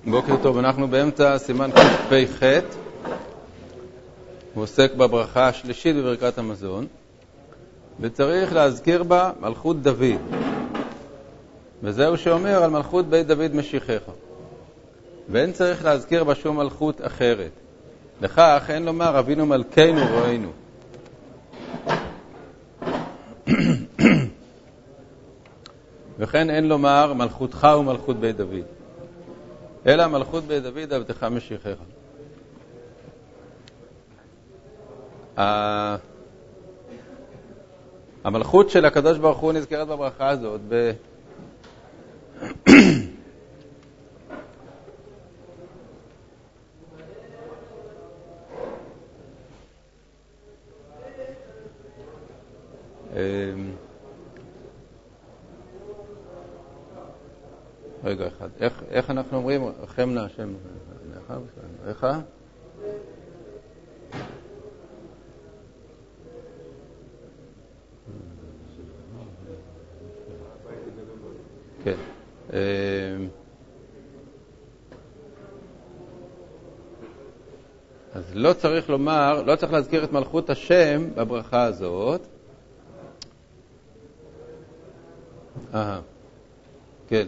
בוקר טוב, אנחנו באמצע סימן קפ"ח. הוא עוסק בברכה השלישית בברכת המזון, וצריך להזכיר בה מלכות דוד. וזהו שאומר על מלכות בית דוד משיחך. ואין צריך להזכיר בה שום מלכות אחרת. לכך אין לומר אבינו מלכנו רואינו. וכן אין לומר מלכותך ומלכות בית דוד. אלא מלכות בית דוד עבדך משיחך. המלכות של הקדוש ברוך הוא נזכרת בברכה הזאת רגע אחד, איך אנחנו אומרים רחמנה השם איך? כן. אז לא צריך לומר, לא צריך להזכיר את מלכות השם בברכה הזאת. כן.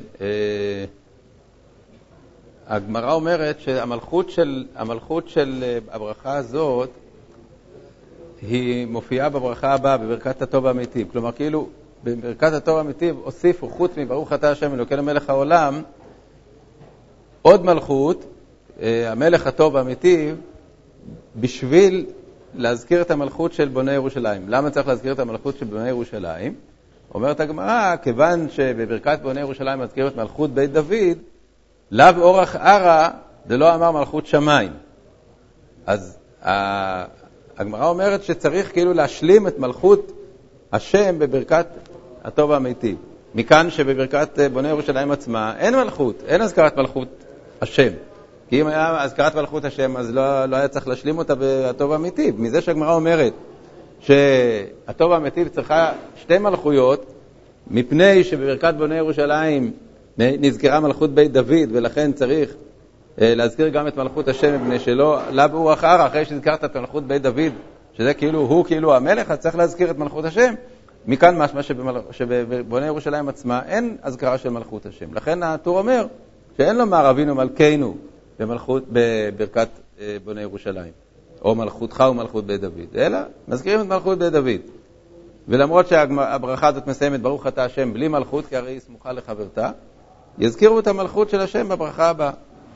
הגמרא אומרת שהמלכות של הברכה הזאת היא מופיעה בברכה הבאה, בברכת הטוב והמיטיב. כלומר, כאילו, בברכת הטוב והמיטיב הוסיפו, חוץ מברוך אתה השם אלוקינו מלך העולם, עוד מלכות, המלך הטוב והמיטיב, בשביל להזכיר את המלכות של בוני ירושלים. למה צריך להזכיר את המלכות של בוני ירושלים? אומרת הגמרא, כיוון שבברכת בוני ירושלים מזכיר את מלכות בית דוד, לאו אורך ערה, זה לא אמר מלכות שמיים. אז הגמרא אומרת שצריך כאילו להשלים את מלכות השם בברכת הטוב והמיטיב. מכאן שבברכת בוני ירושלים עצמה אין מלכות, אין הזכרת מלכות השם. כי אם היה הזכרת מלכות השם, אז לא היה צריך להשלים אותה בטוב והמיטיב. מזה שהגמרא אומרת שהטוב והמיטיב צריכה שתי מלכויות, מפני שבברכת בוני ירושלים נזכרה מלכות בית דוד, ולכן צריך להזכיר גם את מלכות השם, מפני שלא לאו אחר, אחרי שהזכרת את מלכות בית דוד, שזה כאילו הוא כאילו המלך, אז צריך להזכיר את מלכות השם. מכאן משמע שבבוני ירושלים עצמה אין הזכרה של מלכות השם. לכן הטור אומר שאין לומר אבינו מלכנו בברכת בוני ירושלים, או מלכותך ומלכות בית דוד, אלא מזכירים את מלכות בית דוד. ולמרות שהברכה הזאת מסיימת ברוך אתה השם בלי מלכות, כי הרי היא סמוכה לחברתה, יזכירו את המלכות של השם בברכה הבאה.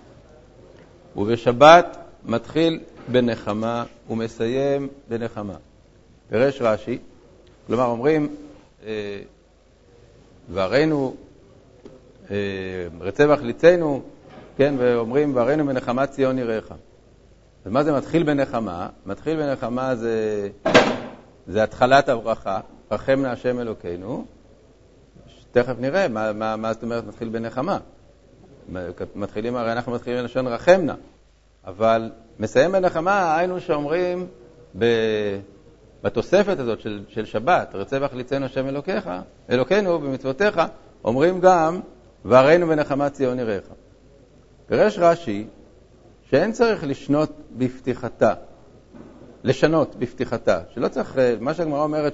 ובשבת מתחיל בנחמה ומסיים בנחמה. פירש רש"י, כלומר אומרים והרינו רצה וחליצנו, כן, ואומרים והרינו בנחמה ציון יראך. אז מה זה מתחיל בנחמה? מתחיל בנחמה זה התחלת הברכה, רחמנה השם אלוקינו. תכף נראה מה זאת אומרת מתחיל בנחמה. הרי אנחנו מתחילים בלשון רחמנה, אבל מסיים בנחמה, היינו שאומרים בתוספת הזאת של שבת, רצה וחליצנו השם אלוקינו במצוותיך, אומרים גם והרינו בנחמה ציון יראך. פירש רש"י שאין צריך לשנות בפתיחתה, שלא צריך, מה שהגמרא אומרת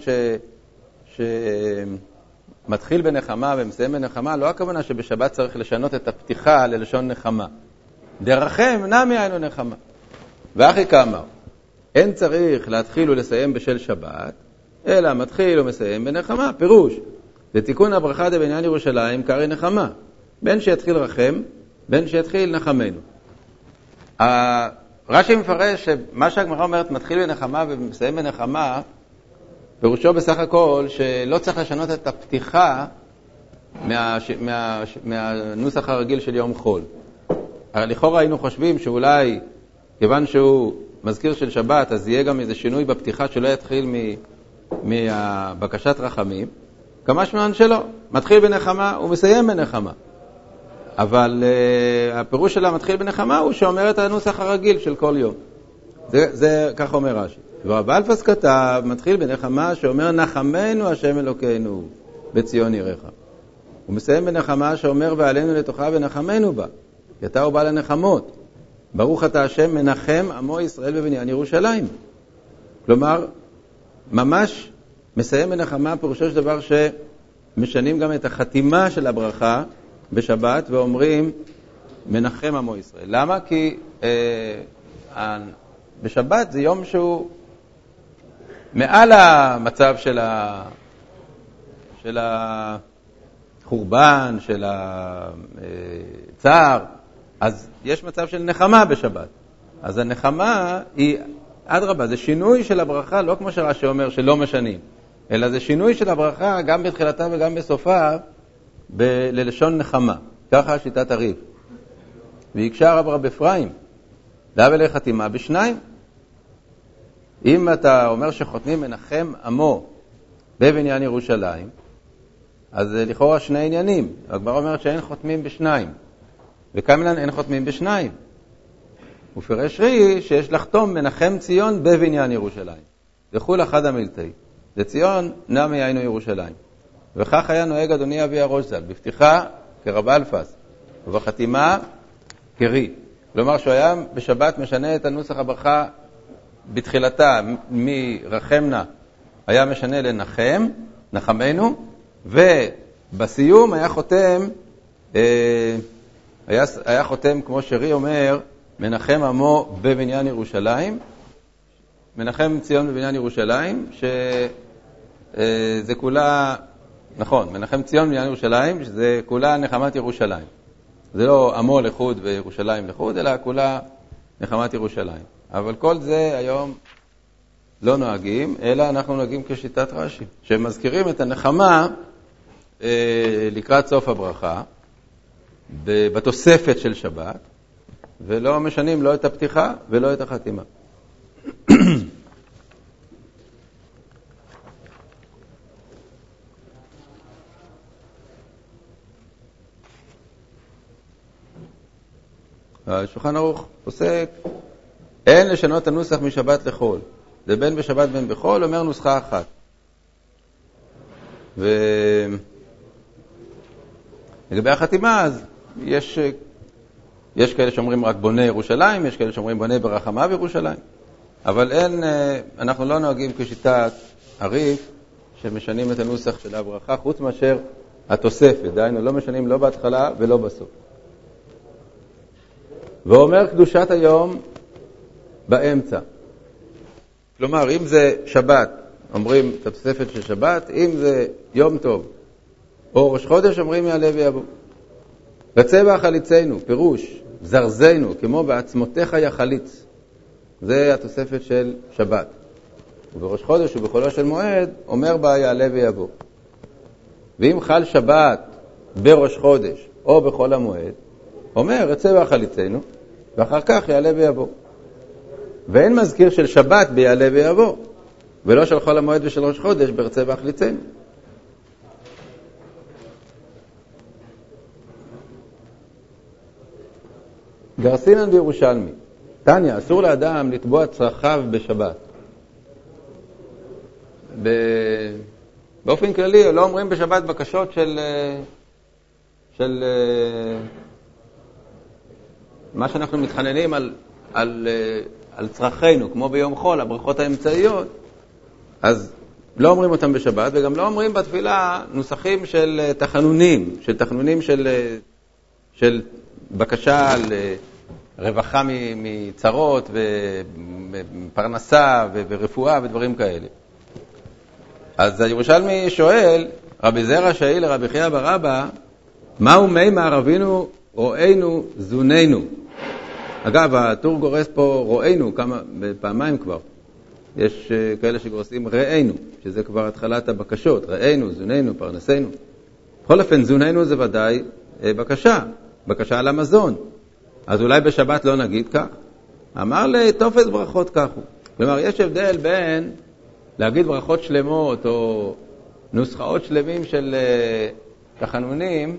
שמתחיל בנחמה ומסיים בנחמה, לא הכוונה שבשבת צריך לשנות את הפתיחה ללשון נחמה. דרחם נמי היינו נחמה. ואחי כאמר, אין צריך להתחיל ולסיים בשל שבת, אלא מתחיל ומסיים בנחמה. פירוש, לתיקון הברכה דבניין ירושלים קרא נחמה, בין שיתחיל רחם, בין שיתחיל נחמנו. רש"י מפרש שמה שהגמרא אומרת מתחיל בנחמה ומסיים בנחמה, פירושו בסך הכל שלא צריך לשנות את הפתיחה מהנוסח הרגיל של יום חול. הרי לכאורה היינו חושבים שאולי כיוון שהוא מזכיר של שבת, אז יהיה גם איזה שינוי בפתיחה שלא יתחיל מבקשת רחמים. כמה שמען שלא, מתחיל בנחמה ומסיים בנחמה. אבל הפירוש שלה מתחיל בנחמה הוא שאומר את הנוסח הרגיל של כל יום. זה כך אומר רש"י. ורב אלפס כתב, מתחיל בנחמה שאומר נחמנו השם אלוקינו בציון יראך. הוא מסיים בנחמה שאומר ועלינו לתוכה ונחמנו בה. כי אתה הוא בעל הנחמות. ברוך אתה השם מנחם עמו ישראל בבניין ירושלים. כלומר, ממש מסיים בנחמה, פירושו של דבר שמשנים גם את החתימה של הברכה בשבת ואומרים מנחם עמו ישראל. למה? כי בשבת זה יום שהוא מעל המצב של החורבן, של הצער, אז יש מצב של נחמה בשבת. אז הנחמה היא, אדרבה, זה שינוי של הברכה, לא כמו שרש"י אומר שלא משנים, אלא זה שינוי של הברכה גם בתחילתה וגם בסופה ללשון נחמה. ככה שיטת הריב. ויקשה רב אפרים, דאב אלי חתימה בשניים. אם אתה אומר שחותמים מנחם עמו בבניין ירושלים, אז לכאורה שני עניינים. הגמרא אומרת שאין חותמים בשניים, וקמילן אין חותמים בשניים. ופירש רי שיש לחתום מנחם ציון בבניין ירושלים. וכול אחד המילתי. לציון נמי היינו ירושלים. וכך היה נוהג אדוני אבי הראש ז"ל, בפתיחה כרב אלפס, ובחתימה כרי. כלומר שהוא היה בשבת משנה את הנוסח הברכה בתחילתה מרחמנה, היה משנה לנחם, נחמנו, ובסיום היה חותם, היה חותם כמו שרי אומר, מנחם עמו בבניין ירושלים, מנחם ציון בבניין ירושלים, שזה כולה, נכון, מנחם ציון בבניין ירושלים, שזה כולה נחמת ירושלים. זה לא עמו לחוד וירושלים לחוד, אלא כולה נחמת ירושלים. אבל כל זה היום לא נוהגים, אלא אנחנו נוהגים כשיטת רש"י, שמזכירים את הנחמה לקראת סוף הברכה, בתוספת של שבת, ולא משנים לא את הפתיחה ולא את החתימה. השולחן ערוך פוסק, אין לשנות הנוסח משבת לחול. זה בין בשבת בין בחול, אומר נוסחה אחת. ולגבי החתימה, אז יש כאלה שאומרים רק בונה ירושלים, יש כאלה שאומרים בונה ברחמה בירושלים. אבל אנחנו לא נוהגים כשיטת הריף, שמשנים את הנוסח של הברכה, חוץ מאשר התוספת. דהיינו, לא משנים לא בהתחלה ולא בסוף. ואומר קדושת היום באמצע. כלומר, אם זה שבת, אומרים את התוספת של שבת, אם זה יום טוב, או ראש חודש, אומרים יעלה ויבוא. בצבע חליצנו, פירוש, זרזנו, כמו בעצמותיך יחליץ. זה התוספת של שבת. ובראש חודש ובחולו של מועד, אומר בה יעלה ויבוא. ואם חל שבת בראש חודש או בחול המועד, אומר הצבע חליצנו, ואחר כך יעלה ויבוא. ואין מזכיר של שבת ביעלה ויבוא, ולא של חול המועד ושל ראש חודש ברצה והחליצנו. גרסינן בירושלמי, תניא, אסור לאדם לתבוע צרכיו בשבת. באופן כללי, לא אומרים בשבת בקשות של מה שאנחנו מתחננים על צרכינו, כמו ביום חול, הברכות האמצעיות, אז לא אומרים אותם בשבת, וגם לא אומרים בתפילה נוסחים של תחנונים של בקשה לרווחה מצרות ופרנסה ורפואה ודברים כאלה. אז הירושלמי שואל, רבי זרע שאי לרבי חייא בר אבא, מהו מימר אבינו רואינו זוננו? אגב, הטור גורס פה רואינו פעמיים כבר. יש כאלה שגורסים ראינו, שזה כבר התחלת הבקשות. ראינו, זוננו, פרנסנו. בכל אופן, זוננו זה ודאי בקשה על המזון. אז אולי בשבת לא נגיד כך? אמר לי, תופס ברכות כך הוא. כלומר, יש הבדל בין להגיד ברכות שלמות או נוסחאות שלמים של תחנונים,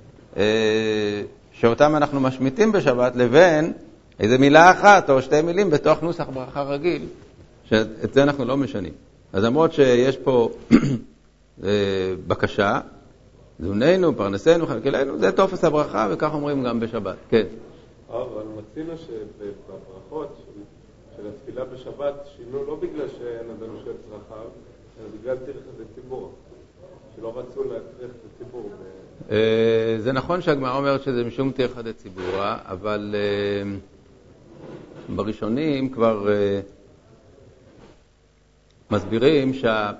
שאותם אנחנו משמיטים בשבת, לבין איזה מילה אחת או שתי מילים בתוך נוסח ברכה רגיל, שאת זה אנחנו לא משנים. אז למרות שיש פה בקשה, זוננו, פרנסנו, חלקלנו, זה תופס הברכה, וכך אומרים גם בשבת. כן. אבל מצינו שבברכות של התפילה בשבת שינו לא בגלל שאין אדם שואל צרכיו, אלא בגלל טרחת הציבור, שלא רצו להטריח את הציבור. זה נכון שהגמרא אומרת שזה משום טרחת הציבור, אבל בראשונים כבר מסבירים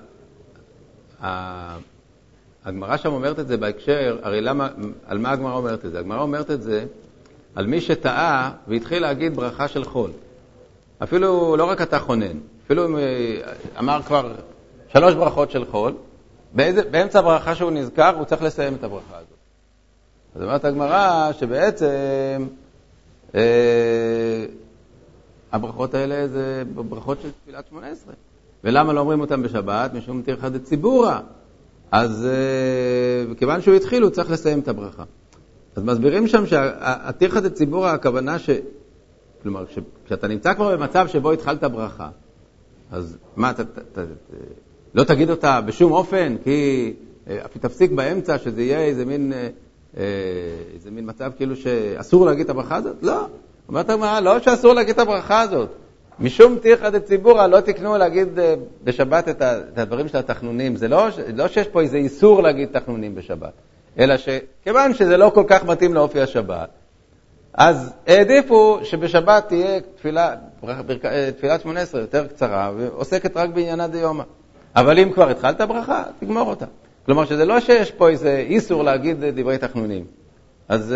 הגמרא שם אומרת את זה בהקשר, הרי על מה הגמרא אומרת את זה? הגמרא אומרת את זה על מי שטעה והתחיל להגיד ברכה של חול. אפילו לא רק אתה חונן, אפילו אמר כבר 3 ברכות של חול, באמצע הברכה שהוא נזכר, הוא צריך לסיים את הברכה הזאת. אז אומרת הגמרא שבעצם הברכות האלה זה ברכות של תפילת 18. ולמה לא אומרים אותם בשבת? משום טרחת הציבורה. אז כיוון שהוא התחיל, הוא צריך לסיים את הברכה. אז מסבירים שם שהטרחת הציבורה, הכוונה כלומר, כשאתה נמצא כבר במצב שבו התחלת ברכה, אז מה, לא תגיד אותה בשום אופן, כי תפסיק באמצע שזה יהיה איזה מין מצב כאילו שאסור להגיד את הברכה הזאת? לא. אומרת הגמרא, לא שאסור להגיד את הברכה הזאת. משום טרחת הציבורה לא תקנו להגיד בשבת את הדברים של התחנונים. זה לא שיש פה איזה איסור להגיד תחנונים בשבת, אלא שכיוון שזה לא כל כך מתאים לאופי השבת, אז העדיפו שבשבת תהיה תפילת 18 יותר קצרה, ועוסקת רק בעניינה דיומא. אבל אם כבר התחלת ברכה, תגמור אותה. כלומר שזה לא שיש פה איזה איסור להגיד דברי תחנונים. אז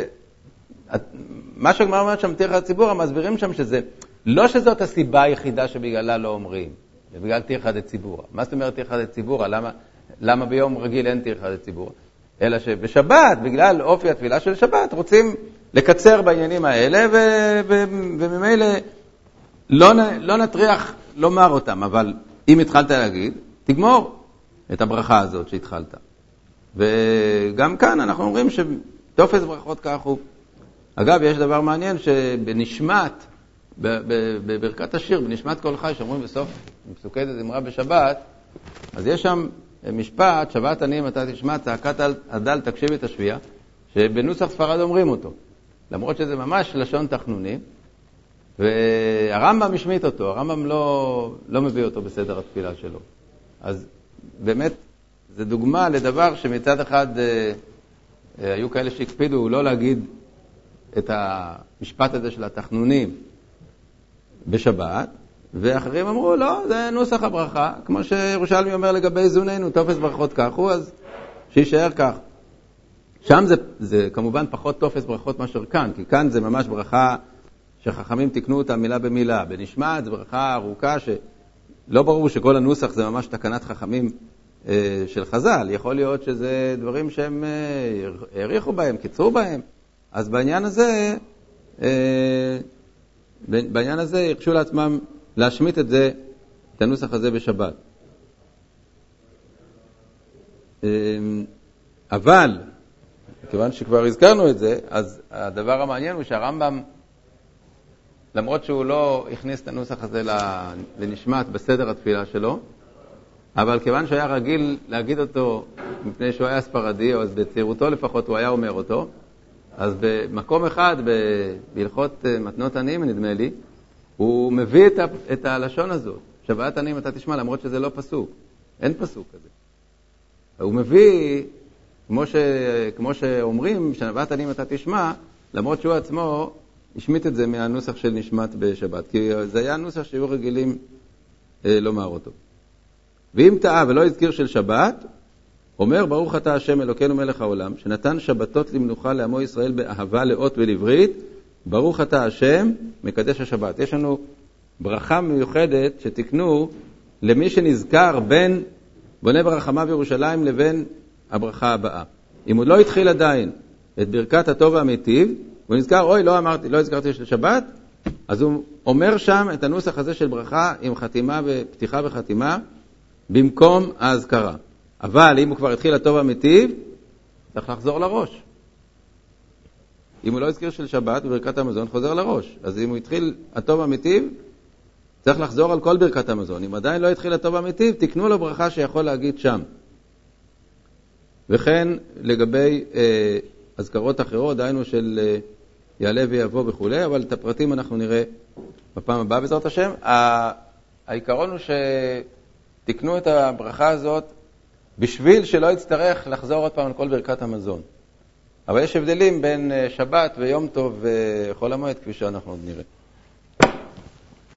מה שהגמרא אומרת שם טרחת הציבורה, מסבירים שם שזה לא שזאת הסיבה היחידה שבגללה לא אומרים, זה בגלל טרחת הציבורה. מה זאת אומרת טרחת הציבורה? למה ביום רגיל אין טרחת הציבורה? אלא שבשבת, בגלל אופי התפילה של שבת, רוצים לקצר בעניינים האלה, וממילא לא נטריח לומר אותם, אבל אם התחלת להגיד, תגמור את הברכה הזאת שהתחלת. וגם כאן אנחנו אומרים שתופס ברכות כך הוא. אגב, יש דבר מעניין שבנשמת, בברכת השיר, בנשמת כל חי, שאומרים בסוף פסוקי זמרה בשבת, אז יש שם משפט, שבת עניים אתה תשמע, צעקת הדל תקשיב את השביעה, שבנוסח ספרד אומרים אותו. למרות שזה ממש לשון תחנונים, והרמב"ם משמיט אותו, הרמב"ם לא מביא אותו בסדר התפילה שלו. אז באמת, זה דוגמה לדבר שמצד אחד היו כאלה שהקפידו לא להגיד את המשפט הזה של התחנונים בשבת, ואחרים אמרו, לא, זה נוסח הברכה, כמו שירושלמי אומר לגבי זוננו, תופס ברכות כך הוא, אז שישאר כך. שם זה כמובן פחות תופס ברכות מאשר כאן, כי כאן זה ממש ברכה שחכמים תקנו אותה מילה במילה. בנשמת זה ברכה ארוכה שלא ברור שכל הנוסח זה ממש תקנת חכמים של חז"ל. יכול להיות שזה דברים שהם העריכו בהם, קיצרו בהם. אז בעניין הזה ירשו לעצמם להשמיט את זה, את הנוסח הזה בשבת. אבל, כיוון שכבר הזכרנו את זה, אז הדבר המעניין הוא שהרמב"ם, למרות שהוא לא הכניס את הנוסח הזה לנשמת בסדר התפילה שלו, אבל כיוון שהיה רגיל להגיד אותו מפני שהוא היה ספרדי, או אז בצעירותו לפחות הוא היה אומר אותו, אז במקום אחד, בהלכות מתנות עניים, נדמה לי, הוא מביא את הלשון הזאת. שבת עניים אתה תשמע, למרות שזה לא פסוק. אין פסוק כזה. הוא מביא, כמו שאומרים, שבת עניים אתה תשמע, למרות שהוא עצמו השמיט את זה מהנוסח של נשמת בשבת. כי זה היה נוסח שהיו רגילים לומר אותו. ואם טעה ולא הזכיר של שבת, אומר ברוך אתה השם אלוקינו מלך העולם, שנתן שבתות למנוחה לעמו ישראל באהבה לאות ולברית, ברוך אתה השם מקדש השבת. יש לנו ברכה מיוחדת שתקנו למי שנזכר בין בונה ברחמה בירושלים לבין הברכה הבאה. אם הוא לא התחיל עדיין את ברכת הטוב והמיטיב, הוא נזכר, אוי, לא הזכרתי של שבת, אז הוא אומר שם את הנוסח הזה של ברכה עם חתימה ופתיחה וחתימה במקום ההזכרה. אבל אם הוא כבר התחיל הטוב והמיטיב, צריך לחזור לראש. אם הוא לא הזכיר של שבת בברכת המזון, חוזר לראש. אז אם הוא התחיל הטוב והמיטיב, צריך לחזור על כל ברכת המזון. אם עדיין לא התחיל הטוב והמיטיב, תקנו לו ברכה שיכול להגיד שם. וכן לגבי אזכרות אחרות, דהיינו של יעלה ויבוא וכו', אבל את הפרטים אנחנו נראה בפעם הבאה בעזרת השם. העיקרון הוא שתקנו את הברכה הזאת בשביל שלא יצטרך לחזור עוד פעם על כל ברכת המזון. אבל יש הבדלים בין שבת ויום טוב וחול המועד, כפי שאנחנו עוד נראה.